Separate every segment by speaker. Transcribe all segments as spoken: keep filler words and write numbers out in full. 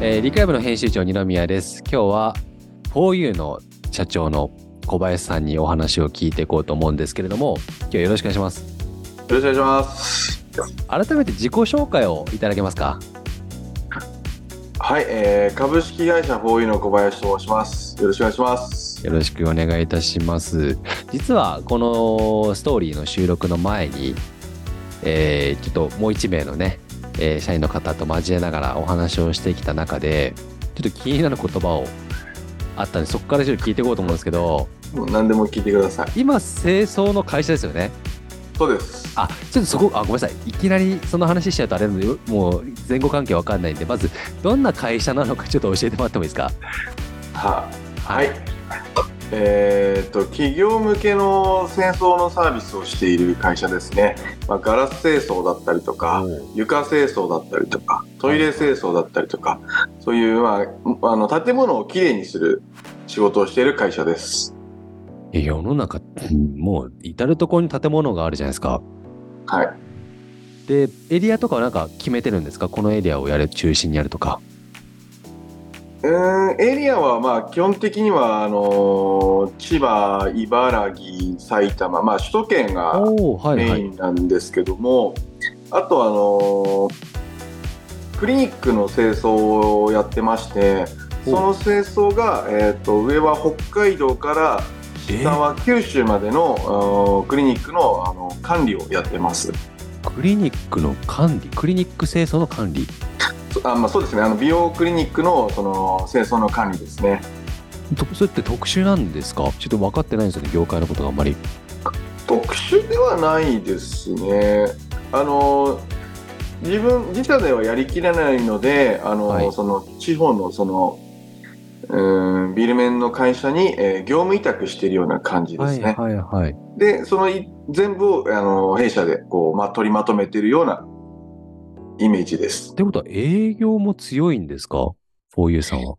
Speaker 1: えー、リクライブの編集長二宮です。今日は フォーユー の社長の小林さんにお話を聞いていこうと思うんですけれども、今日はよろしくお願いします。
Speaker 2: よろしくお願いします。
Speaker 1: 改めて自己紹介をいただけますか？
Speaker 2: はい、えー、株式会社 フォーユー の小林と申します。よろしくお願いします。
Speaker 1: よろしくお願いいたします。実はこのストーリーの収録の前に、えー、ちょっともう一名のね、えー、社員の方と交えながらお話をしてきた中で、ちょっと気になる言葉をあったんで、そこからちょっと聞いていこうと思うんですけど、
Speaker 2: もう何でも聞いてください。
Speaker 1: 今清掃の会社ですよね。
Speaker 2: そうです。
Speaker 1: あ、ちょっとそこ、あ、ごめんなさい。いきなりその話しちゃうとあれなので、もう前後関係わかんないんで、まずどんな会社なのかちょっと教えてもらってもいいですか？
Speaker 2: は、はい。えー、っと企業向けの清掃のサービスをしている会社ですね。まあ、ガラス清掃だったりとか、床清掃だったりとか、トイレ清掃だったりとか、そういう、まあ、あの建物をきれいにする仕事をしている会社です。
Speaker 1: 世の中もう至る所に建物があるじゃないですか。
Speaker 2: はい。
Speaker 1: で、エリアとかはなんか決めてるんですか？このエリアをやる中心にやるとか。
Speaker 2: うーん、エリアはまあ基本的にはあの千葉、茨城、埼玉、まあ首都圏がメインなんですけども、はいはい、あとあのクリニックの清掃をやってまして、その清掃が、えー、と上は北海道から下は九州までの、えー、クリニックの、あの管理をやってます。
Speaker 1: クリニックの管理、クリニック清掃の管理。
Speaker 2: あ、まあ、そうですね。あの美容クリニックのその清掃の管理ですね。
Speaker 1: それって特殊なんですか？ちょっと分かってないんですよね、業界のことがあんまり。
Speaker 2: 特殊ではないですね。あの自分自社ではやりきれないので、あの、はい、その地方のそのうんビルメンの会社に、えー、業務委託しているような感じですね。
Speaker 1: はいはいはい。
Speaker 2: で、その全部をあの弊社でこう、まあ、取りまとめているようなイメージです。
Speaker 1: ってことは営業も強いんですか？ フォーユー さんは。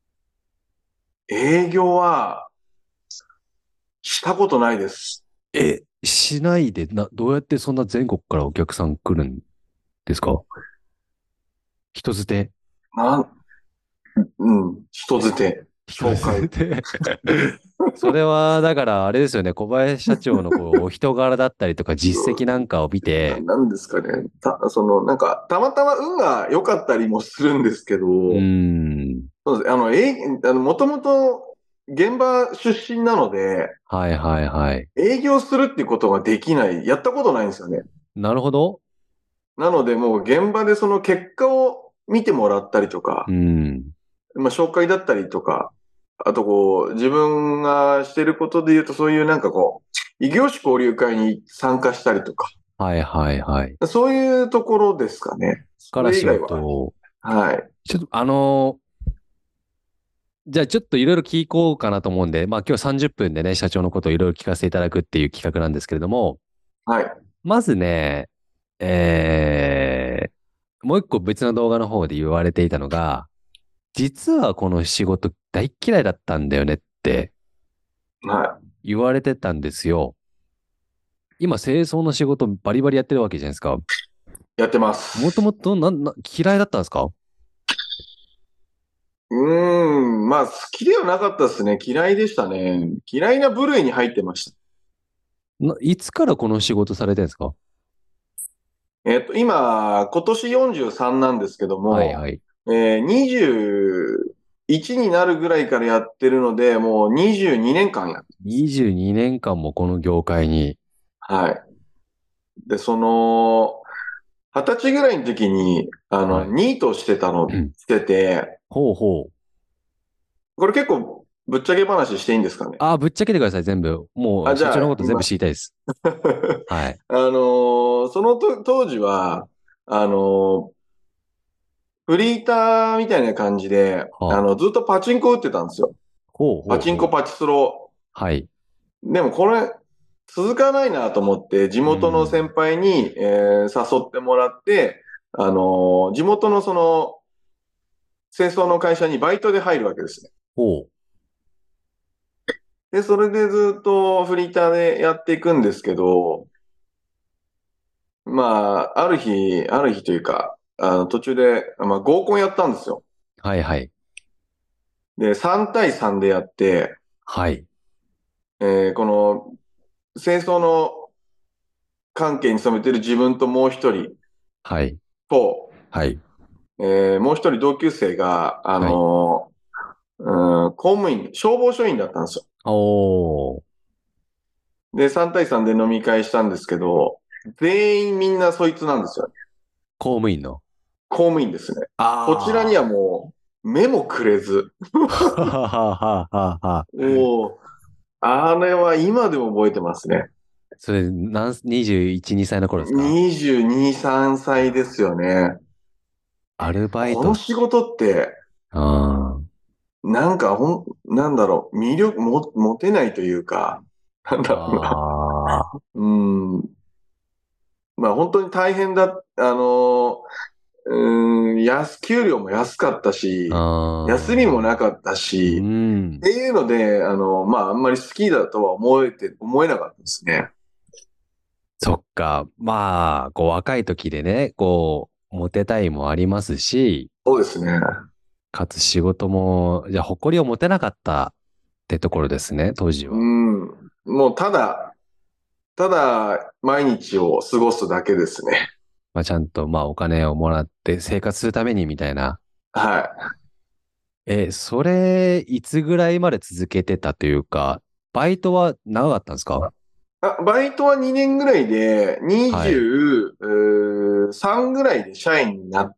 Speaker 2: 営業はしたことないです。
Speaker 1: え、しないでな、どうやってそんな全国からお客さん来るんですか？人づて。
Speaker 2: なん、うん、人づて。紹介。
Speaker 1: それは、だから、あれですよね、小林社長のこうお人柄だったりとか、実績なんかを見て。
Speaker 2: なんですかね。た、その、なんか、たまたま運が良かったりもするんですけど、
Speaker 1: うーん。
Speaker 2: そうです。あの、え、あの、もともと現場出身なので、
Speaker 1: はいはいはい。
Speaker 2: 営業するっていうことができない、やったことないんですよね。
Speaker 1: なるほど。
Speaker 2: なので、もう現場でその結果を見てもらったりとか、
Speaker 1: うん。
Speaker 2: まあ、紹介だったりとか、あとこう、自分がしてることで言うと、そういうなんかこう、異業種交流会に参加したりとか。
Speaker 1: はいはいはい。
Speaker 2: そういうところですかね。
Speaker 1: から仕事を。
Speaker 2: はい。
Speaker 1: ちょっと、あのー、じゃあちょっといろいろ聞こうかなと思うんで、まあ今日さんじゅっぷんでね、社長のことをいろいろ聞かせていただくっていう企画なんですけれども、
Speaker 2: はい。
Speaker 1: まずね、えー、もう一個別の動画の方で言われていたのが、実はこの仕事大嫌いだったんだよねって言われてたんですよ。今、清掃の仕事バリバリやってるわけじゃないですか。
Speaker 2: やってます。
Speaker 1: もともとな、な、嫌いだったんですか？
Speaker 2: うーん、まあ好きではなかったですね。嫌いでしたね。嫌いな部類に入ってました。
Speaker 1: な、いつからこの仕事されてるんですか？
Speaker 2: えっと、今、今年よんじゅうさんなんですけども、
Speaker 1: はいはい。
Speaker 2: えー、にじゅういちになるぐらいからやってるので、もうにじゅうにねんかんやってます。
Speaker 1: にじゅうにねんかんもこの業界に。
Speaker 2: はい。で、その、はたちぐらいの時に、あの、
Speaker 1: はい。
Speaker 2: ニートしてたの、してて、
Speaker 1: ほうほう。
Speaker 2: これ結構ぶっちゃけ話していいんですかね。
Speaker 1: あ、ぶっちゃけてください、全部。も
Speaker 2: あ、
Speaker 1: う、社長の
Speaker 2: じゃあ、
Speaker 1: こと全部知りたいです。はい。
Speaker 2: あのーそのと当時は、あのーフリーターみたいな感じで、あ
Speaker 1: はあ、
Speaker 2: の、ずっとパチンコ打ってたんですよ。
Speaker 1: ほうほ
Speaker 2: パ
Speaker 1: うほう。
Speaker 2: チンコパチスロ。
Speaker 1: はい。
Speaker 2: でもこれ、続かないなと思って、地
Speaker 1: う
Speaker 2: 元の先
Speaker 1: ん。
Speaker 2: 輩に、えー誘ってもらって、あのー地元のその、清掃の会社にバイトで入るわけですね。
Speaker 1: ほ
Speaker 2: で、それでずっとフリーターでやっていくんですけど、まあ、ある日、ある日というか、あの、途中で、まあ、合コンやったんですよ。
Speaker 1: う。 はいはい。
Speaker 2: で、さん対さんでやって、
Speaker 1: はい。
Speaker 2: えーこの戦争の関係に勤めてる自分ともう一人
Speaker 1: はい。
Speaker 2: と、
Speaker 1: はい。
Speaker 2: えーもう一人同級生が、あ
Speaker 1: はい。
Speaker 2: のーうん、公務員、消防署員だったんですよ。
Speaker 1: おー。
Speaker 2: で、さん対さんで飲み会したんですけど、全員みんなそいつなんですよね。
Speaker 1: 公務員の。
Speaker 2: 公務員ですね。こちらには
Speaker 1: あ
Speaker 2: もう、目もくれず、
Speaker 1: あ。はははははは。
Speaker 2: おー、あれは今でも覚えてますね。
Speaker 1: それ、なん、にじゅういち、にさいの頃ですか？
Speaker 2: にじゅうに、さんさいですよね。
Speaker 1: アルバイ
Speaker 2: この
Speaker 1: ト。
Speaker 2: 仕事って、
Speaker 1: あ
Speaker 2: なんかほん、なんだろう、魅力も、持てないというか、なん
Speaker 1: あ。
Speaker 2: だろうな。
Speaker 1: ああ。
Speaker 2: うん。まあ本当に大変だ、あの、うん、安、給料も安かったし、休みも
Speaker 1: ああ。
Speaker 2: なかった
Speaker 1: う
Speaker 2: し、っ
Speaker 1: ん。
Speaker 2: ていうので、あの、まああんまり好きだとは思えて、思えなかったですね。
Speaker 1: そっか。まあ、こう、若い時でね、こう、モテたいもありますし、
Speaker 2: そうですね。
Speaker 1: かつ仕事も、じゃあ、誇りを持てなかったってところですね、当時
Speaker 2: う
Speaker 1: は。
Speaker 2: ん。もうただ、ただ、毎日を過ごすだけですね。
Speaker 1: まあ、ちゃんと、まあ、お金をもらって生活するためにみたいな。
Speaker 2: は
Speaker 1: え、それ、いつぐらいまで続けてたというか、バイトは長かったんですか？
Speaker 2: い。あ、バイトはにねんぐらいで、
Speaker 1: はい。
Speaker 2: にじゅうさんぐらいで社員になって、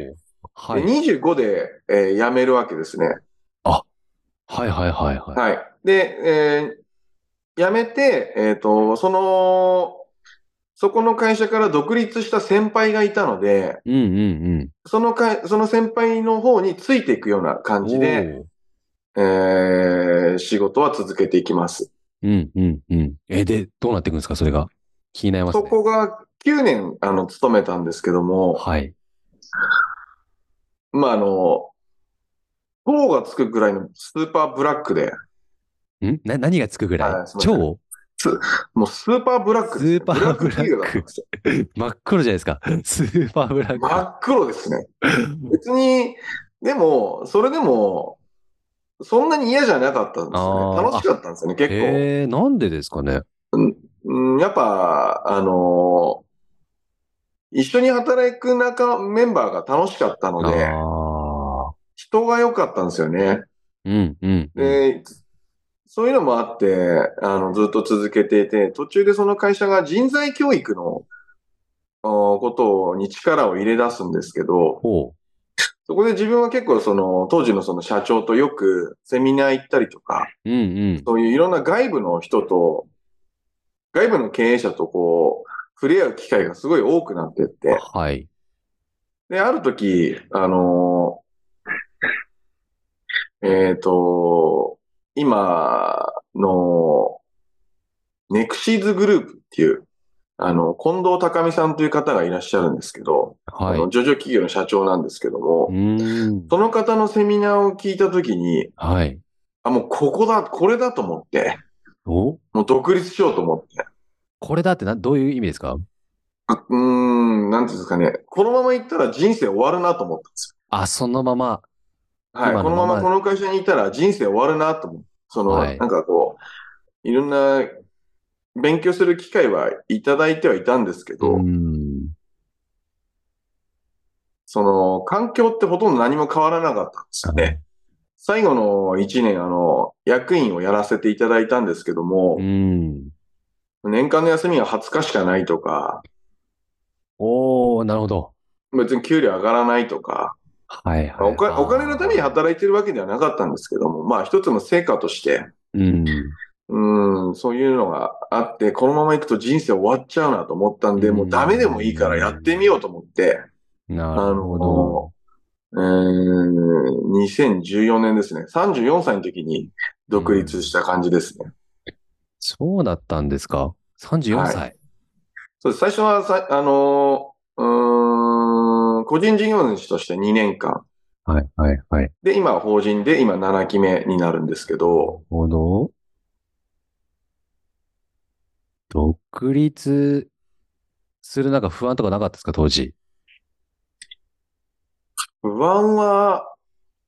Speaker 1: おお。は
Speaker 2: で、
Speaker 1: い。
Speaker 2: にじゅうごで、えー辞めるわけですね。
Speaker 1: あ、はいはいはいはい。
Speaker 2: はい。で、えー辞めて、えっと、その、そこの会社から独立した先輩がいたので、
Speaker 1: うんうんうん。
Speaker 2: そのか、その先輩の方についていくような感じで、
Speaker 1: おお。
Speaker 2: えー仕事は続けていきます。
Speaker 1: うんうんうん。え、で、どうなっていくんですかそれが？気になります
Speaker 2: そ
Speaker 1: ね。
Speaker 2: こがきゅうねん、あの、勤めたんですけども、
Speaker 1: はい。
Speaker 2: まあ、あの、塔がつくぐらいのスーパーブラックで、
Speaker 1: んな、何がつくぐらい？
Speaker 2: はい、すみません。
Speaker 1: 超
Speaker 2: すもうスーパーブラック
Speaker 1: ス
Speaker 2: ですね。
Speaker 1: ーパーブ
Speaker 2: ブラック企
Speaker 1: ラック。
Speaker 2: 業だったんですよ。
Speaker 1: 真っ黒じゃないですか。スーパーブラック。
Speaker 2: 真っ黒ですね。別に、でも、それでも、そんなに嫌じゃなかったんですよね。
Speaker 1: ああ、
Speaker 2: 楽し
Speaker 1: あ、
Speaker 2: かったんですよね、結構。
Speaker 1: へえ、なんでですかね。
Speaker 2: うん、やっぱ、あのー一緒に働く中、メンバーが楽しかったの
Speaker 1: あ
Speaker 2: で、
Speaker 1: あ、
Speaker 2: 人が良かったんですよね。
Speaker 1: うんうんうん。
Speaker 2: で、そういうのもあって、あの、ずっと続けていて、途中でその会社が人材教育のあーことに力を入れ出すんですけど、
Speaker 1: ほ
Speaker 2: そこで自分は結構その、当時のその社長とよくセミナー行ったりとか、
Speaker 1: う。うんうん。
Speaker 2: そういういろんな外部の人と、外部の経営者とこう、触れ合う機会がすごい多くなってって、
Speaker 1: はい。
Speaker 2: で、ある時、あのーえっと、今のネクシーズグループっていう、あの、近藤隆美さんという方がいらっしゃるんですけど、あの、
Speaker 1: はい。
Speaker 2: 上場企業の社長なんですけど
Speaker 1: う
Speaker 2: も、
Speaker 1: ーん。
Speaker 2: その方のセミナーを聞いたときに、
Speaker 1: はい。
Speaker 2: あ、もうここだ、これだと思って、
Speaker 1: お、
Speaker 2: もう独立しようと思って。
Speaker 1: これだってな、どういう意味ですか？
Speaker 2: うーん、なんていうんですかね。このまま行ったら人生終わるなと思ったんです
Speaker 1: あ、そのまま、
Speaker 2: よ。はい。このまま
Speaker 1: 今のまま、
Speaker 2: この会社にいたら人生終わるなと思って。その、
Speaker 1: はい。
Speaker 2: なんかこう、いろんな勉強する機会はいただいてはいたんですけ
Speaker 1: うー
Speaker 2: ど、
Speaker 1: ん。
Speaker 2: その、環境ってほとんど何も変わらなかったんですよね。
Speaker 1: あ、
Speaker 2: 最後のいちねん、あの、役員をやらせていただいたんですけど
Speaker 1: うー
Speaker 2: も、
Speaker 1: ん。
Speaker 2: 年間の休みがはつかしかないとか、
Speaker 1: おー、なるほど。
Speaker 2: 別に給料上がらないとか、
Speaker 1: はいはい。
Speaker 2: まあおか、お金のために
Speaker 1: ああ。
Speaker 2: 働いてるわけではなかったんですけども、まあ一つの成果として、
Speaker 1: うん。
Speaker 2: うん、そういうのがあって、このまま行くと人生終わっちゃうなと思ったん
Speaker 1: うー
Speaker 2: で、もうダメでもいいからやってみよう
Speaker 1: ん。
Speaker 2: と思って、
Speaker 1: なる
Speaker 2: あ
Speaker 1: ほど。
Speaker 2: の、えー、にせんじゅうよねんですね。さんじゅうよんさいの時に
Speaker 1: う
Speaker 2: 独立し
Speaker 1: ん。
Speaker 2: た感じですね。
Speaker 1: そうだったんですか？ さんじゅうよん
Speaker 2: はい。
Speaker 1: 歳。
Speaker 2: そうです。最初はさ、あのーうーん、個人事業主としてにねんかん。
Speaker 1: はいはいはい。なる
Speaker 2: で、今は法人で今ななきめになるんですけど、
Speaker 1: ほど。独立するなんか不安とかなかったですか当時？
Speaker 2: 不安は、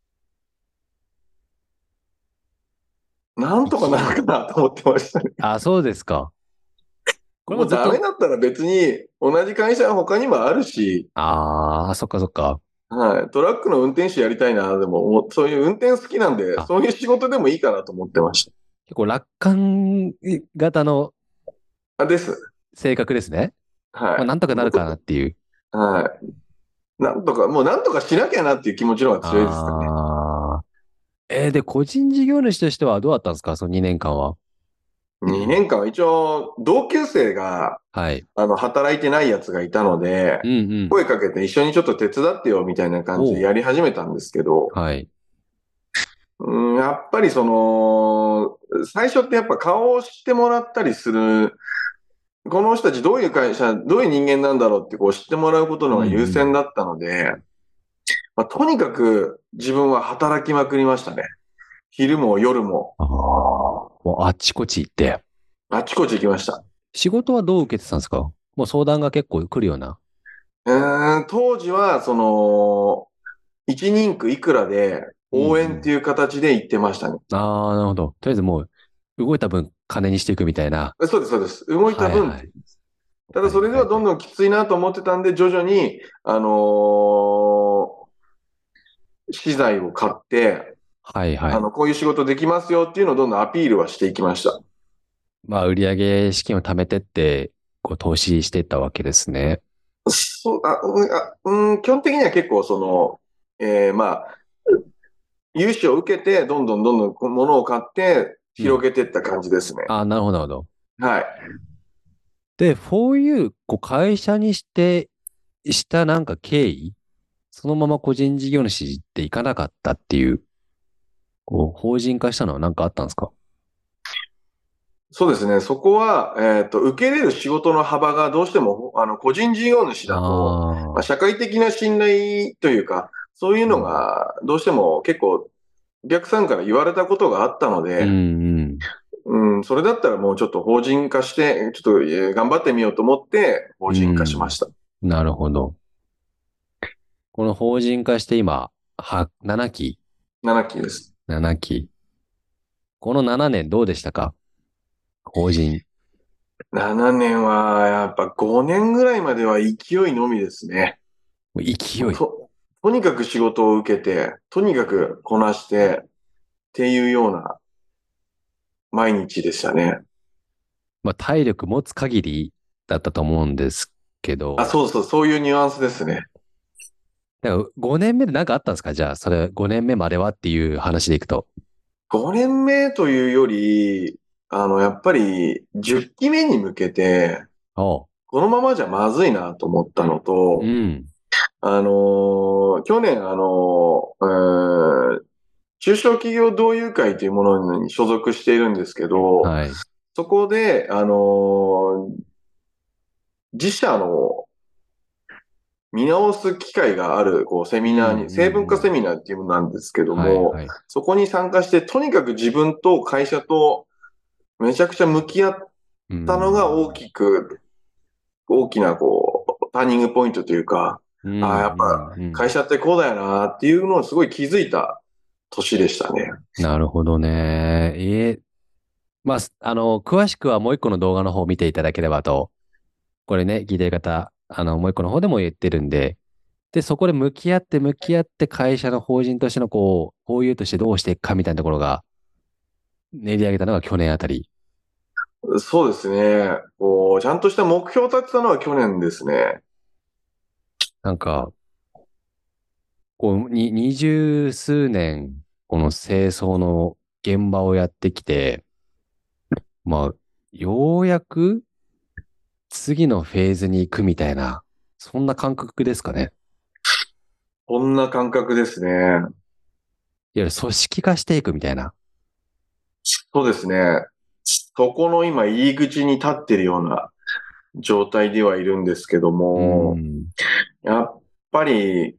Speaker 2: なんとかなるかなと思ってましたね。
Speaker 1: あ、そうですか。これ
Speaker 2: もうダメ
Speaker 1: もずっと、
Speaker 2: だったら別に同じ会社は他にもあるし、
Speaker 1: ああ、そっかそっか。
Speaker 2: はい。トラックの運転手やりたいな、でも、もうそういう運転好きなんで、
Speaker 1: あ、
Speaker 2: そういう仕事でもいいかなと思ってまし
Speaker 1: 結構楽観型の
Speaker 2: た。あ、です。
Speaker 1: 性格ですね。まあ、
Speaker 2: はい。
Speaker 1: なんとかなるかな
Speaker 2: もうちょっ
Speaker 1: っていう。
Speaker 2: と、はい。なんとか、もうなんとかしなきゃなっていう気持ちの方が強いですかね。
Speaker 1: ああ。えーで、個人事業主としてはどうだったんですかそのにねんかんは。
Speaker 2: にねんかんは一応、同級生が、
Speaker 1: はい。
Speaker 2: あの、働いてないやつがいたので、
Speaker 1: うんうん。
Speaker 2: 声かけて一緒にちょっと手伝ってよみたいな感じで
Speaker 1: おう。
Speaker 2: やり始めたんですけど、
Speaker 1: はい。
Speaker 2: うん、やっぱりその、最初ってやっぱ顔を知ってもらったりする、この人たちどういう会社、どういう人間なんだろうってこう知ってもらうことの
Speaker 1: うんう
Speaker 2: が優先
Speaker 1: ん。
Speaker 2: だったので、まあ、とにかく自分は働きまくりましたね。昼も夜も、
Speaker 1: ああ。もうあっちこっち行って。
Speaker 2: あちこち行きました。
Speaker 1: 仕事はどう受けてたんですか？もう相談が結構来るような。
Speaker 2: うーん、当時は、その、一人区いくらで
Speaker 1: うんう
Speaker 2: 応援って
Speaker 1: ん。
Speaker 2: いう形で行ってましたね。
Speaker 1: ああ、なるほど。とりあえずもう、動いた分金にしていくみたいな。
Speaker 2: そうです、そうです。動いた分、
Speaker 1: はいはい。お
Speaker 2: ただそ
Speaker 1: 金に変えて。
Speaker 2: れではどんどんきついなと思ってたんで、徐々に、あのー資材を買って、
Speaker 1: はいはい。
Speaker 2: あの、こういう仕事できますよっていうのをどんどんアピールはしていきました。
Speaker 1: まあ、売上資金を貯めてって、こう、投資していったわけですね。
Speaker 2: そう、あ、うん、あうん、基本的には結構その、えーまあ、融資を受けて、どんどんどんどん物を買って
Speaker 1: うん。
Speaker 2: 広げていった感じですね。
Speaker 1: ああ、なるほど、なるほど。
Speaker 2: はい。
Speaker 1: で、フォーユー、こう、会社にして、したなんか経緯、そのまま個人事業主っていかなかったっていう、こう、法人化したのは何かあったんですか？
Speaker 2: そうですね。そこは、えっと、受け入れる仕事の幅がどうしても、あの、個人事業主だと、まあ、
Speaker 1: ああ、
Speaker 2: 社会的な信頼というか、そういうの
Speaker 1: うん。
Speaker 2: が、どうしても結構、お客さんから言われたことがあったの
Speaker 1: うん、
Speaker 2: で、
Speaker 1: うん。
Speaker 2: うん、それだったらもうちょっと法人化して、ちょっとえー頑張ってみようと思って法
Speaker 1: う
Speaker 2: 人化しま
Speaker 1: ん。
Speaker 2: した。
Speaker 1: なるほど。この法人化して今、は、ななき
Speaker 2: ななきです。
Speaker 1: 期、ななき期。このななねんどうでしたか？法人。
Speaker 2: ななねんは、やっぱごねんぐらいまでは勢いのみですね。
Speaker 1: もう勢い。
Speaker 2: と、とにかく仕事を受けて、とにかくこなして、っていうような毎日でしたね。
Speaker 1: まあ、体力持つ限りだったと思うんですけ
Speaker 2: あ、
Speaker 1: ど、
Speaker 2: そうそう、そういうニュアンスですね。
Speaker 1: だからごねんめで何かあったんですか？じゃあ、それごねんめまではっていう話でいくと。
Speaker 2: ごねんめというより、あの、やっぱりじゅっきめに向けて、
Speaker 1: おう。
Speaker 2: このままじゃまずいなと思ったのと、
Speaker 1: うん。
Speaker 2: あのー去年、あのーえー中小企業同友会というものに所属しているんですけど、
Speaker 1: はい。
Speaker 2: そこで、あのー自社の見直す機会がある、こう、セ
Speaker 1: うん、
Speaker 2: ミナーに、成分
Speaker 1: うん、うん。
Speaker 2: 化セミナーっていうものなんですけど
Speaker 1: はい、
Speaker 2: も、
Speaker 1: はい。
Speaker 2: そこに参加して、とにかく自分と会社とめちゃくちゃ向き合っ
Speaker 1: う
Speaker 2: たのが大
Speaker 1: ん。
Speaker 2: きく、大きな、こう、ターニングポイントというか、
Speaker 1: うん、う
Speaker 2: ああ、やっぱ
Speaker 1: ん、うん。
Speaker 2: 会社ってこうだよなっていうのをすごい気づいた年でしたね。
Speaker 1: なるほどね。ええ、まあ、すあの、詳しくはもう一個の動画の方を見ていただければと、これね、聞いてる方、あの、もう一個の方でも言ってるんで、で、そこで向き合って向き合って会社の法人としてのこう、こういうとしてどうしていくかみたいなところが練り上げたのが去年あたり。
Speaker 2: そうですね。こう、ちゃんとした目標を立てたのは去年ですね。
Speaker 1: なんか、こう、に、二十数年、この清掃の現場をやってきて、まあ、ようやく次のフェーズに行くみたいな、そんな感覚ですかね。
Speaker 2: こんな感覚ですね。
Speaker 1: いわゆる組織化していくみたいな。
Speaker 2: そうですね。そこの今入り口に立ってるような状態ではいるんですけど
Speaker 1: う
Speaker 2: も、
Speaker 1: ん。
Speaker 2: やっぱり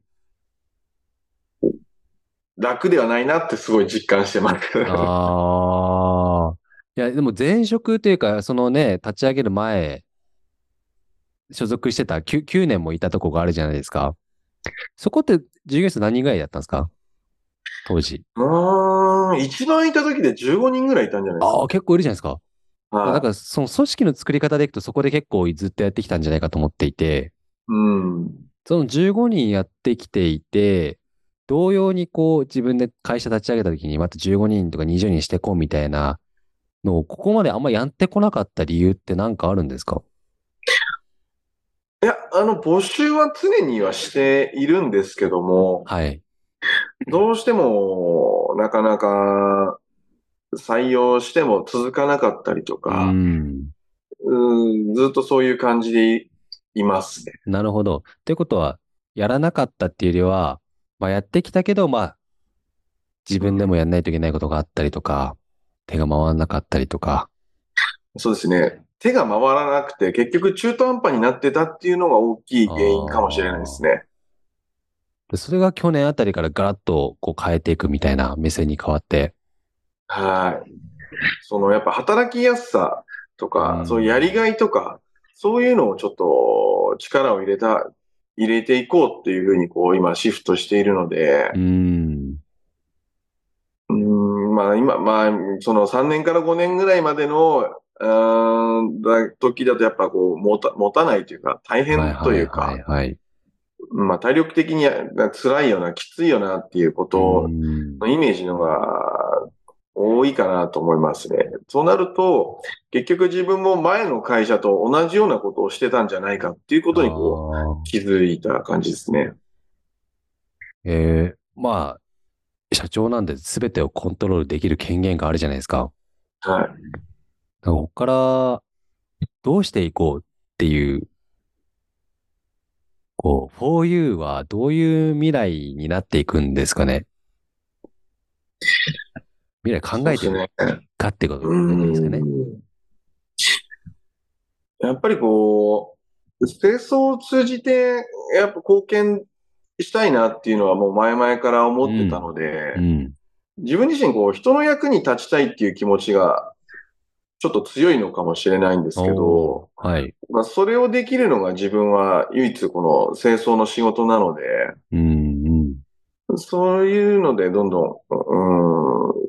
Speaker 2: 楽ではないなってすごい実感してます。
Speaker 1: ああ。いや、でも前職というか、そのね、立ち上げる前、所属してたきゅう、きゅうねんもいたとこがあるじゃないですか。そこって従業員数何人ぐらいだったんですか当時。
Speaker 2: うーーん、一番いた時でじゅうごにんぐらいいたんじゃないですか。
Speaker 1: ああ、結構いるじゃないですか。だ
Speaker 2: はい。
Speaker 1: から、その組織の作り方でいくとそこで結構ずっとやってきたんじゃないかと思っていて、
Speaker 2: うん。
Speaker 1: そのじゅうごにんやってきていて、同様にこう自分で会社立ち上げた時にまたじゅうごにんとかにじゅうにんしてこうみたいなのをここまであんまやってこなかった理由って何かあるんですか？
Speaker 2: いや、あの、募集は常にはしているんですけども、
Speaker 1: はい。
Speaker 2: どうしても、なかなか採用しても続かなかったりと
Speaker 1: うー
Speaker 2: か、
Speaker 1: ん。
Speaker 2: うん、ずっとそういう感じでいますね。
Speaker 1: なるほど。ということは、やらなかったっていうよりは、まあやってきたけど、まあ自分でもやんないといけないことがあったりとか、手が回らなかったりとか。
Speaker 2: そうですね。手が回らなくて、結局中途半端になってたっていうのが大きい原因かもしれないです
Speaker 1: ああ。
Speaker 2: ね。
Speaker 1: でそれが去年あたりからガラッとこう変えていくみたいな目線に変わって。
Speaker 2: はい。そのやっぱ働きやすさと
Speaker 1: うー
Speaker 2: か、そういうやり
Speaker 1: ん。
Speaker 2: がいとか、そういうのをちょっと力を入れた、入れていこうっていうふうにこう今シフトしているので、
Speaker 1: うーん。
Speaker 2: うーん、まあ今、まあそのさんねんからごねんぐらいまでの、うーん、だ時だとやっぱこう持た、持たないというか大変と
Speaker 1: はいはい
Speaker 2: いうか、
Speaker 1: はいはい。
Speaker 2: まあ体力的に辛いよな、きついよなっていうこ
Speaker 1: うー
Speaker 2: と
Speaker 1: ん。
Speaker 2: のイメージのが多いかなと思いますね。そうなると、結局自分も前の会社と同じようなことをしてたんじゃないかっていうこ
Speaker 1: あ
Speaker 2: とにこう
Speaker 1: あ。
Speaker 2: 気づいた感じですね。
Speaker 1: ええ、まあ、社長なんで全てをコントロールできる権限があるじゃないですか。
Speaker 2: はい。
Speaker 1: だからここからどうしていこうっていう、こう、フォーユー はどういう未来になっていくんですかね。未来考えてる
Speaker 2: そうですね。
Speaker 1: かってこと
Speaker 2: う
Speaker 1: でもいいですかね。
Speaker 2: ーん。やっぱりこう、清掃を通じて、やっぱ貢献したいなっていうのはもう前々から思ってた
Speaker 1: うん。
Speaker 2: ので、
Speaker 1: うん。
Speaker 2: 自分自身こう人の役に立ちたいっていう気持ちがちょっと強いのかもしれないんですけど、
Speaker 1: おー、はい。
Speaker 2: まあそれをできるのが自分は唯一この清掃の仕事なので、
Speaker 1: うん、うん。
Speaker 2: そういうのでどんどん、うん、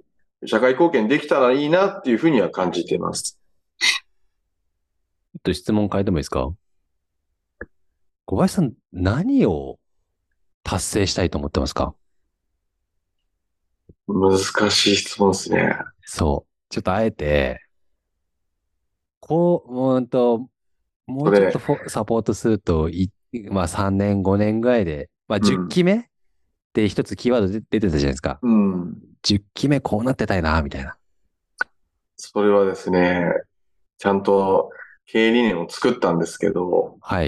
Speaker 2: 社会貢献できたらいいなっていうふうには感じています。
Speaker 1: ちょっと質問変えてもいいですか？小林さん、何を達成したいと思ってますか？
Speaker 2: 難しい質問ですね。
Speaker 1: そう。ちょっとあえて、こう、うーんと、もうちょっと
Speaker 2: それ、
Speaker 1: フォサポートすると、い、まあさんねん、ごねんぐらいで、まあ10
Speaker 2: うん。
Speaker 1: 期目って一つキーワードで出てたじゃないですか。
Speaker 2: うん。
Speaker 1: じゅっきめこうなってたいな、みたいな。
Speaker 2: それはですね、ちゃんと経営理念を作ったんですけど、
Speaker 1: はい。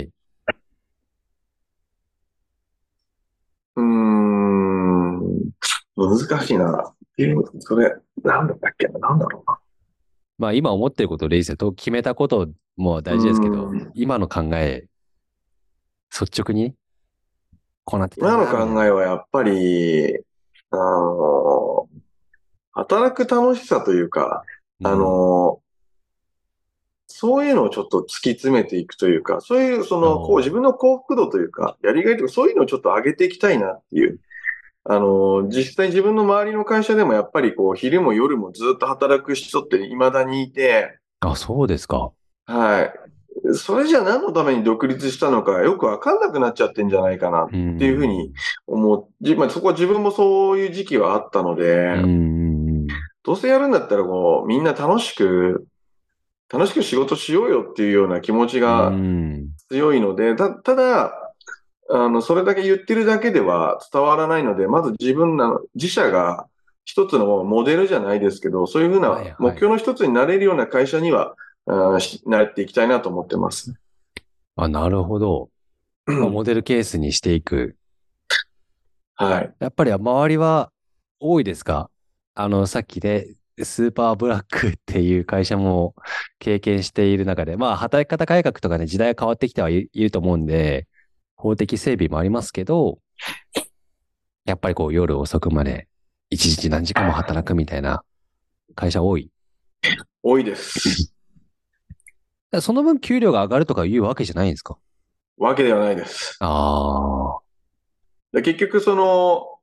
Speaker 2: うーん、難しいな。えそれ、なんだったっけな、なんだろうな。
Speaker 1: まあ今思ってることをレイセと決めたことも
Speaker 2: う
Speaker 1: 大事ですけど、
Speaker 2: ーん。
Speaker 1: 今の考え、率直にこうなってたい
Speaker 2: 今の
Speaker 1: な、みたいな。
Speaker 2: 考えはやっぱり、あの、働く楽しさというか、あ
Speaker 1: うん。
Speaker 2: の、そういうのをちょっと突き詰めていくというか、そういうその、こう自
Speaker 1: おー、
Speaker 2: 分の幸福度というか、やりがいとか、そういうのをちょっと上げていきたいなっていう。あの、実際自分の周りの会社でもやっぱりこう、昼も夜もずっと働く人って未だにいて、
Speaker 1: あ、そうですか。
Speaker 2: はい。それじゃ何のために独立したのかよくわかんなくなっちゃってんじゃないかなっ
Speaker 1: う
Speaker 2: ていうふうに
Speaker 1: ん。
Speaker 2: 思う。じまあ、そこは自分もそういう時期はあったの
Speaker 1: うん、
Speaker 2: で、
Speaker 1: うん、
Speaker 2: どうせやるんだったらこう、みんな楽しく、楽しく仕事しようよっていうような気持ち
Speaker 1: う
Speaker 2: が
Speaker 1: ん。
Speaker 2: 強いので、た、ただ、あの、それだけ言ってるだけでは伝わらないので、まず自分らの、自社が一つのモデルじゃないですけど、そういうふう
Speaker 1: はい、
Speaker 2: な目
Speaker 1: はい。
Speaker 2: 標の一つになれるような会社には、あーしなっていきたいなと思ってます。
Speaker 1: あ、なるほど。まあ、モデルケースにしていく。
Speaker 2: はい。
Speaker 1: やっぱり周りは多いですか？あの、さっきでスーパーブラックっていう会社も経験している中で、まあ、働き方改革とかね、時代が変わってきてはいいると思うんで、法的整備もありますけど、やっぱりこう夜遅くまで一日何時間も働くみたいな会社多い。
Speaker 2: 多いです。
Speaker 1: その分給料が上がるとかいうわけじゃないんですか？
Speaker 2: わけではないです。
Speaker 1: ああ
Speaker 2: で結局その、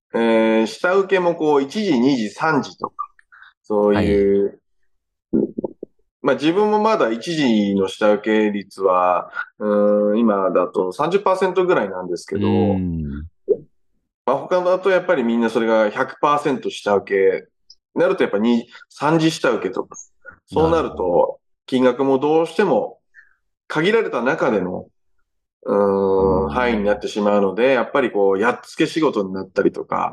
Speaker 2: えー、下請けもこういちじ、にじ、さんじとか、そういう、はい、まあ自分もまだいちじの下請け率は、うん、今だとさんじゅっパーセントぐらいなんですけど、まあ他だとやっぱりみんなそれがひゃくパーセント下請け、なるとやっぱに、さんじ下請けとか、そうなると金額もどうしても限られた中での、うん、範囲になってしまうので、やっぱりこう、やっつけ仕事になったりとか、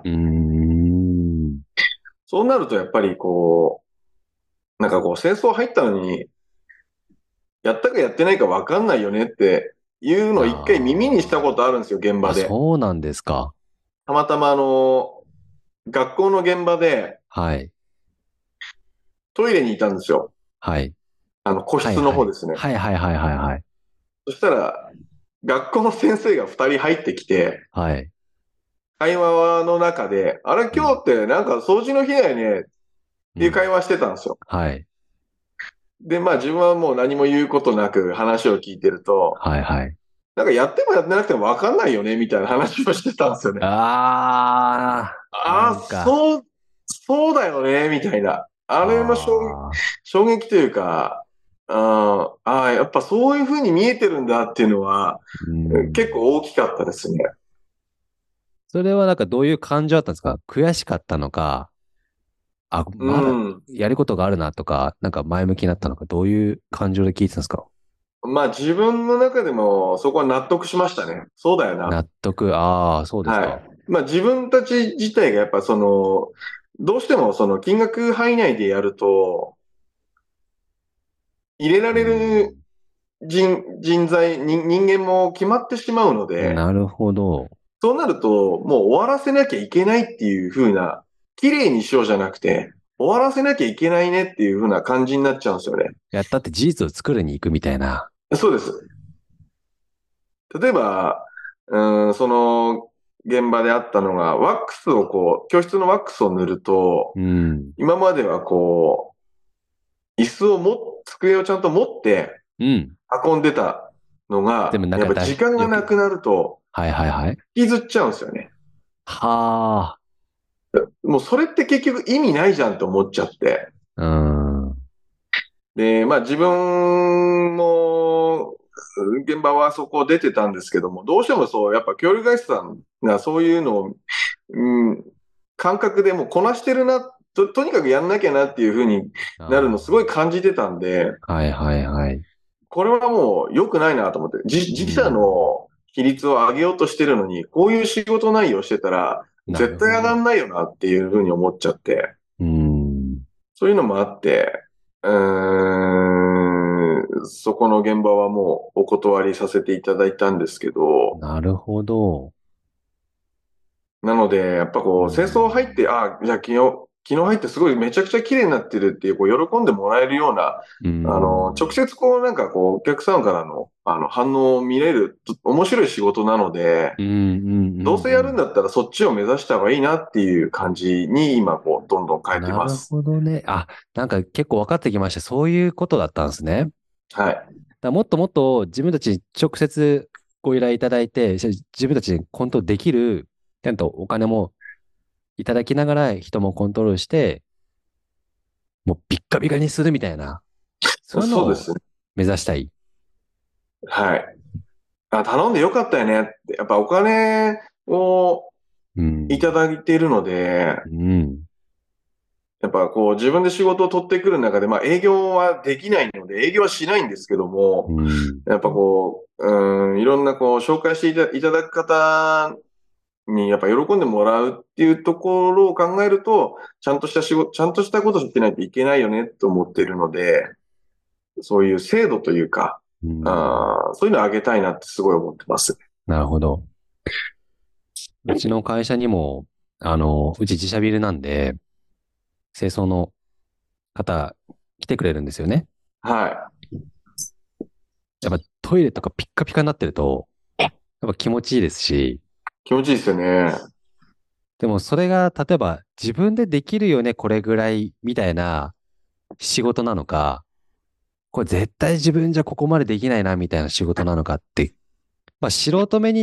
Speaker 2: そうなるとやっぱりこう、なんかこう戦争入ったのに、やったかやってないか分かんないよねっていうのを一回耳にしたことあるんですよ、現場で。
Speaker 1: そうなんですか。
Speaker 2: たまたまあの、学校の現場で、
Speaker 1: はい。
Speaker 2: トイレにいたんですよ。
Speaker 1: はい。
Speaker 2: あの、個室の方ですね。
Speaker 1: はいはいはいはいはい。
Speaker 2: そしたら、学校の先生が二人入ってきて、
Speaker 1: はい。
Speaker 2: 会話の中で、あれ今日ってなんか掃除の日だよねっていう会話してたんですよ。
Speaker 1: うん、はい。
Speaker 2: で、まあ自分はもう何も言うことなく話を聞いてると、
Speaker 1: はいはい。
Speaker 2: なんかやってもやってなくても分かんないよねみたいな話をしてたんですよね。
Speaker 1: ああ。
Speaker 2: ああ、そう、そうだよねみたいな。あれの衝撃、衝撃というか、ああ、やっぱそういう風に見えてるんだっていうのは、結構大きかったですね。
Speaker 1: それはなんかどういう感情だったんですか？悔しかったのか、あ、まだやることがあるなとか、なんか前向きになったのか、どういう感情で聞いてたんですか？
Speaker 2: まあ自分の中でもそこは納得しましたね。そうだよな。
Speaker 1: 納得、ああ、そうですか。
Speaker 2: はい。まあ自分たち自体がやっぱその、どうしてもその金額範囲内でやると、入れられる人、人材人、人間も決まってしまうので、
Speaker 1: なるほど。
Speaker 2: そうなると、もう終わらせなきゃいけないっていう風な、綺麗にしようじゃなくて、終わらせなきゃいけないねっていう風な感じになっちゃうんですよね。
Speaker 1: やったって事実を作りに行くみたいな。
Speaker 2: そうです。例えば、うん、その現場であったのが、ワックスをこう、教室のワックスを塗ると、
Speaker 1: うん、
Speaker 2: 今まではこう、椅子をも、机をちゃんと持って運んでたのが、うん、やっぱ時間がなくなると、
Speaker 1: はいはいはい。
Speaker 2: 引きずっちゃうんですよね。
Speaker 1: はあ。
Speaker 2: もうそれって結局意味ないじゃんと思っちゃって。
Speaker 1: うん。
Speaker 2: で、まあ自分も、現場はそこ出てたんですけども、どうしてもそう、やっぱ協力会社さんがそういうのを、うん、感覚でもうこなしてるな、と、とにかくやんなきゃなっていうふうになるのすごい感じてたんで、
Speaker 1: はいはいはい。
Speaker 2: これはもう良くないなと思って、自自社の比率を上げようとしてるのに、こういう仕事内容してたら、絶対上がんないよなっていうふうに思っちゃって、
Speaker 1: うん、
Speaker 2: そういうのもあって、うーん、そこの現場はもうお断りさせていただいたんですけど、
Speaker 1: なるほど。
Speaker 2: なので、やっぱこう、清掃入って、あ、じゃあ昨日、昨日入ってすごいめちゃくちゃ綺麗になってるっていう、こう、喜んでもらえるような、うん、あの、直接こう、なんかこう、お客さんからの、あの、反応を見れる、面白い仕事なので、うんうんうん、どうせやるんだったらそっちを目指した方がいいなっていう感じに今、こう、どんどん変えてます。
Speaker 1: なるほどね。あ、なんか結構分かってきました。そういうことだったんですね。
Speaker 2: はい。
Speaker 1: だもっともっと自分たちに直接ご依頼いただいて、自分たちにコントロールできる、ちゃんとお金もいただきながら人もコントロールして、もうビッカビカにするみたいな、そういうのを目指したい。
Speaker 2: はい。あ、頼んでよかったよねって、やっぱお金をいただいているので、うん、うんやっぱこう自分で仕事を取ってくる中で、まあ営業はできないので、営業はしないんですけども、うん、やっぱこう、うん、いろんなこう紹介していただく方にやっぱ喜んでもらうっていうところを考えると、ちゃんとした仕事、ちゃんとしたことをしてないといけないよねと思っているので、そういう制度というか、うん、あそういうのを上げたいなってすごい思ってます。
Speaker 1: なるほど。うちの会社にも、あの、うち自社ビルなんで、清掃の方来てくれるんですよね。
Speaker 2: はい。
Speaker 1: やっぱトイレとかピッカピカになってると、やっぱ気持ちいいですし。
Speaker 2: 気持ちいいですよね。
Speaker 1: でもそれが例えば自分でできるよね、これぐらいみたいな仕事なのか、これ絶対自分じゃここまでできないなみたいな仕事なのかって、まあ素人目に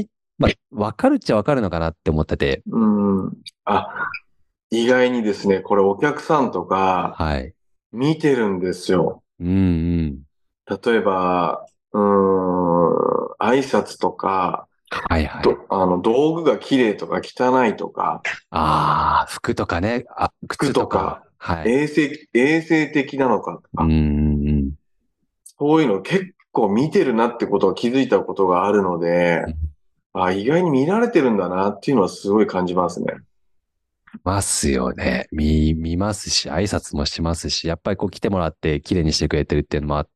Speaker 1: まあ、わかるっちゃわかるのかなって思ってて。
Speaker 2: うん。あ、意外にですね、これお客さんとか
Speaker 1: はい。
Speaker 2: 見てるんですよ。
Speaker 1: うんうん。
Speaker 2: 例えば、うーん、挨拶とか、ど、
Speaker 1: はいはい。
Speaker 2: あの、道具が綺麗とか汚いとか、
Speaker 1: ああ、服とかね。あ、
Speaker 2: 服
Speaker 1: 靴とか。
Speaker 2: とか、
Speaker 1: はい。
Speaker 2: 衛生、衛生的なのかと
Speaker 1: うん
Speaker 2: か、
Speaker 1: うんうん。
Speaker 2: そういうの結構見てるなってことを気づいたことがあるので、あ、意外に見られてるんだなっていうのはすごい感じますね。
Speaker 1: ますよね。見、見ますし、挨拶もしますし、やっぱりこう来てもらって綺麗にしてくれてるっていうのもあって、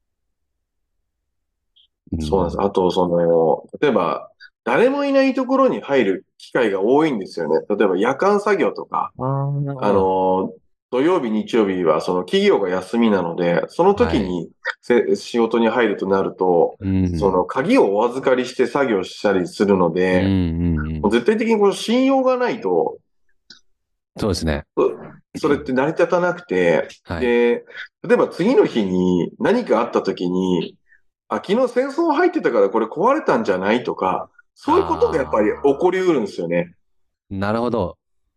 Speaker 1: うん。
Speaker 2: そうなんです。あと、その、例えば、誰もいないところに入る機会が多いんですよね。例えば夜間作業とか、
Speaker 1: ああ、なるほ
Speaker 2: あ
Speaker 1: ど。
Speaker 2: の、土曜日、日曜日はその企業が休みなので、その
Speaker 1: はい。
Speaker 2: 時にせ仕事に入るとなると、
Speaker 1: うん。
Speaker 2: その鍵をお預かりして作業したりするの
Speaker 1: うん
Speaker 2: で、
Speaker 1: うんうん。
Speaker 2: もう絶対的にこの信用がないと、
Speaker 1: そうですね。
Speaker 2: そそれって成り立たなくて、
Speaker 1: はい。
Speaker 2: で、例えば次の日に何かあった時に、あ、昨日戦争入ってたからこれ壊れたんじゃないとか、そういうことがやっぱり起こ
Speaker 1: ああ、
Speaker 2: りうるんですよね。
Speaker 1: なるほど。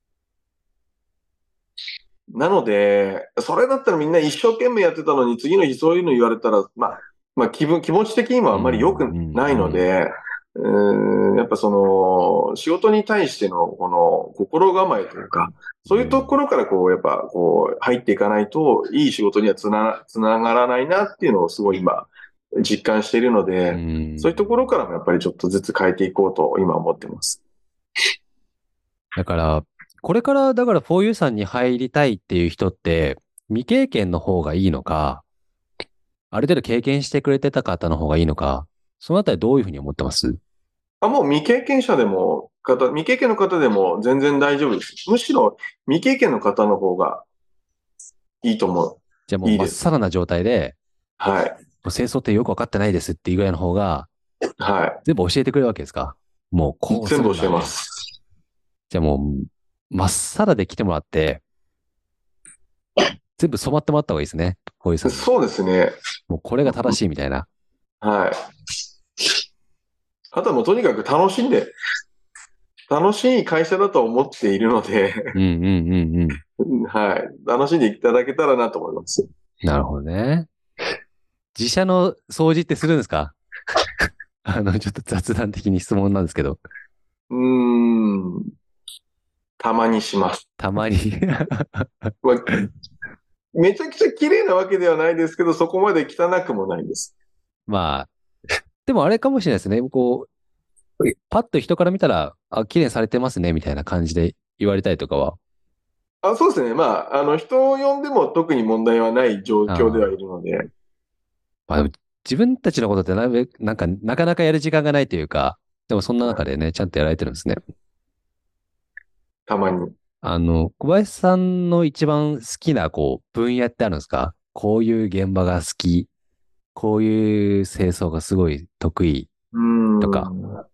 Speaker 2: なので、それだったらみんな一生懸命やってたのに次の日そういうの言われたら、まあ、まあ気分、気持ち的にも
Speaker 1: うん
Speaker 2: あんまり良く
Speaker 1: うん
Speaker 2: ない
Speaker 1: うん。
Speaker 2: ので、うーん、やっぱその、仕事に対してのこの心構えというか、そういうと
Speaker 1: うん。
Speaker 2: ころからこう、やっぱこう、入っていかないと、いい仕事にはつな、つながらないなっていうのをすごい今、実感しているの
Speaker 1: う
Speaker 2: で、そういうところ
Speaker 1: ん。
Speaker 2: からもやっぱりちょっとずつ変えていこうと今思ってます。
Speaker 1: だから、これからだから フォーユー さんに入りたいっていう人って、未経験の方がいいのか、ある程度経験してくれてた方の方がいいのか、そのあたりどういうふうに思ってます？
Speaker 2: あ、もう未経験者でも、方、未経験の方でも全然大丈夫です。むしろ未経験の方の方がいいと思う。
Speaker 1: じゃあもう
Speaker 2: いいです。
Speaker 1: まっさらな状態で、
Speaker 2: はい。
Speaker 1: もう清掃ってよくわかってないですっていうぐらいの方が、
Speaker 2: は
Speaker 1: 全部教えてくれるわけですか？もう
Speaker 2: い。
Speaker 1: こうす
Speaker 2: 全部教え
Speaker 1: るんだみたいな。
Speaker 2: ます。
Speaker 1: じゃあもう、まっさらで来てもらって、全部染まってもらった方がいいですね。こういうさんに。
Speaker 2: そうですね。
Speaker 1: もうこれが正しいみたいな。
Speaker 2: はい。あとはもうとにかく楽しんで、楽しい会社だと思っているので、
Speaker 1: うんうんうんうん。
Speaker 2: はい。楽しんでいただけたらなと思います。
Speaker 1: なるほどね。自社の掃除ってするんですか？あの、ちょっと雑談的に質問なんですけど。
Speaker 2: うーん。たまにします。
Speaker 1: たまに。
Speaker 2: まあ、めちゃくちゃ綺麗なわけではないですけど、そこまで汚くもないです。
Speaker 1: まあ、でもあれかもしれないですね。こう、パッと人から見たら、あ、綺麗にされてますね、みたいな感じで言われたりとかは。
Speaker 2: あ、そうですね。まあ、あの、人を呼んでも特に問題はない状況ではい
Speaker 1: ああ。
Speaker 2: るので、
Speaker 1: まあでも、自分たちのことってなるべく、なんか、なかなかやる時間がないというか、でもそんな中でね、ちゃんとやられてるんですね。
Speaker 2: たまに。
Speaker 1: あの、小林さんの一番好きな、こう、分野ってあるんですか？こういう現場が好き、こういう清掃がすごい得意
Speaker 2: うー
Speaker 1: とか。
Speaker 2: ん。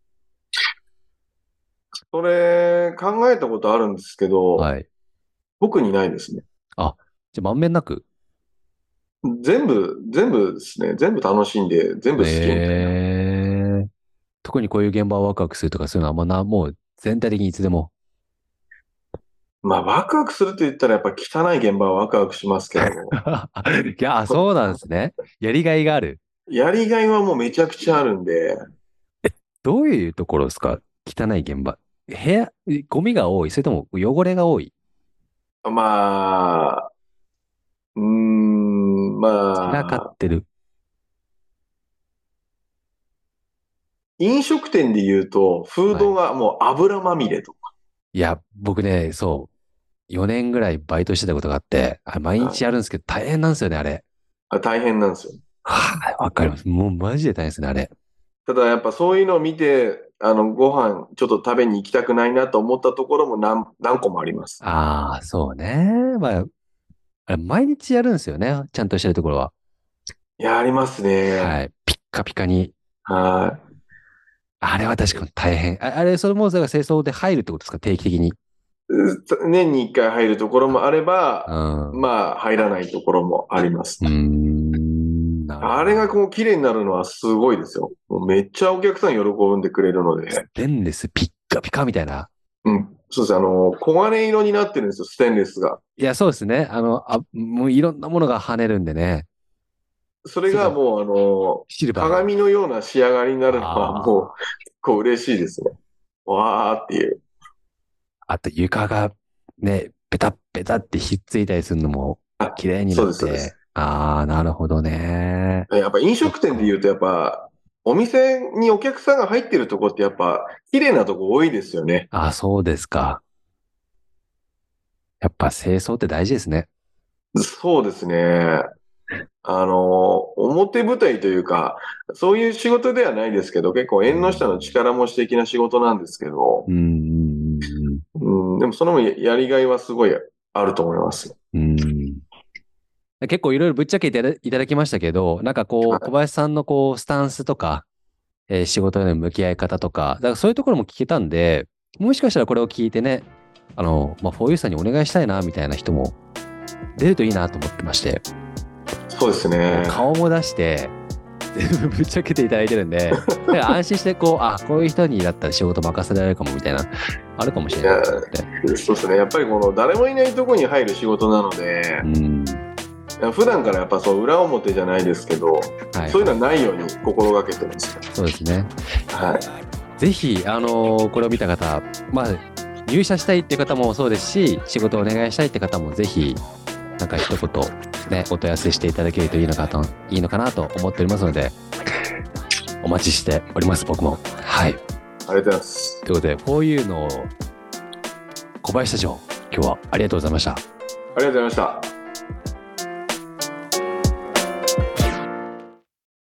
Speaker 2: それ、考えたことあるんですけど、
Speaker 1: はい。
Speaker 2: 特にないですね。
Speaker 1: あ、じゃあ満面なく。
Speaker 2: 全部、全部ですね。全部楽しんで、全部好きみたいな。
Speaker 1: ええ、特にこういう現場をワクワクするとかそういうのはあんまな、もう全体的にいつでも。
Speaker 2: まあ、ワクワクすると言ったらやっぱ汚い現場はワクワクしますけど、
Speaker 1: いや、そうなんですね。やりがいがある。
Speaker 2: やりがいはもうめちゃくちゃあるんで、
Speaker 1: どういうところですか？汚い現場。部屋、ゴミが多いそれとも汚れが多い？
Speaker 2: まあ、うーん、
Speaker 1: 散らかっ
Speaker 2: まあ、
Speaker 1: てる。
Speaker 2: 飲食店で言うと、フー
Speaker 1: はい。
Speaker 2: ドがもう油まみれと
Speaker 1: いや、僕ね、そう、よねんぐらいバイトしてたことがあって、あれ毎日
Speaker 2: か、
Speaker 1: やるんですけど大変なんですよね、あれ。
Speaker 2: あ、大変なんですよ。
Speaker 1: はい、わかります。もうマジで大変ですね、あれ。
Speaker 2: ただやっぱそういうのを見て、あの、ご飯ちょっと食べに行きたくないなと思ったところも何、何個もあります。
Speaker 1: ああ、そうね。まあ、あれ毎日やるんですよね、ちゃんとしてるところは。
Speaker 2: いや、ありますね。
Speaker 1: はい。ピッカピカに。
Speaker 2: は
Speaker 1: あれは確かに大変。あ、あれ、それも、だから清掃で入るってことですか？定期的に。
Speaker 2: い。年に一回入るところもあれば、
Speaker 1: うん。う
Speaker 2: まあ、入らないところもあります。
Speaker 1: ーん。
Speaker 2: あれがこう綺麗になるのはすごいですよ。もうめっちゃお客さん喜んでくれるので。
Speaker 1: ステンレスピッカピカみたいな。
Speaker 2: うん。そうです。あの、黄金色になってるんですよ、ステンレスが。
Speaker 1: いや、そうですね。あの、あ、もういろんなものが跳ねるんでね。
Speaker 2: それがもう、あの、
Speaker 1: シルバー。
Speaker 2: 鏡のような仕上がりになるのはもう、結構嬉しいですね。わーっていう。
Speaker 1: あと床がね、ペタッペタってひっついたりするのも綺麗になって。そうです。ああ、なるほどね。
Speaker 2: やっぱ飲食店で言うとやっぱ、お店にお客さんが入ってるとこってやっぱ、綺麗なとこ多いですよね。
Speaker 1: ああ、そうですか。やっぱ清掃って大事ですね。
Speaker 2: そうですね。あの、表舞台というか、そういう仕事ではないですけど、結構縁の下の力持ち的な仕事なんですけど、うん、うん、でもその分やりがいはすごいあると思います。うん、
Speaker 1: 結構いろいろぶっちゃけいただいただきましたけど、なんかこう、小林さんのこう、スタンスとか、えー、仕事への向き合い方とか、だからそういうところも聞けたんで、もしかしたらこれを聞いてね、あの、まあ、フォーユーさんにお願いしたいな、みたいな人も出るといいなと思ってまして。
Speaker 2: そうですね。
Speaker 1: 顔も出して、全部ぶっちゃけていただいてるんで、だから安心してこう、あ、こういう人にだったら仕事任せられるかもみたいな、あるかもしれないと思って。
Speaker 2: そうですね。やっぱりこの誰もいないところに入る仕事なので、うん、普段からやっぱそう裏表じゃないですけど、はい、そういうのはないように心がけてます。
Speaker 1: そうですね。
Speaker 2: はい。
Speaker 1: ぜひ、あのー、これを見た方、まあ、入社したいっていう方もそうですし、仕事をお願いしたいって方もぜひ、なんか一言、ね、お問い合わせしていただけるといいのかと、いいのかなと思っておりますので、お待ちしております、僕も。はい。あり
Speaker 2: がとうございます。
Speaker 1: ということで、フォーユーの小林社長、今日はありがとうございました。あ
Speaker 2: りがとうございました。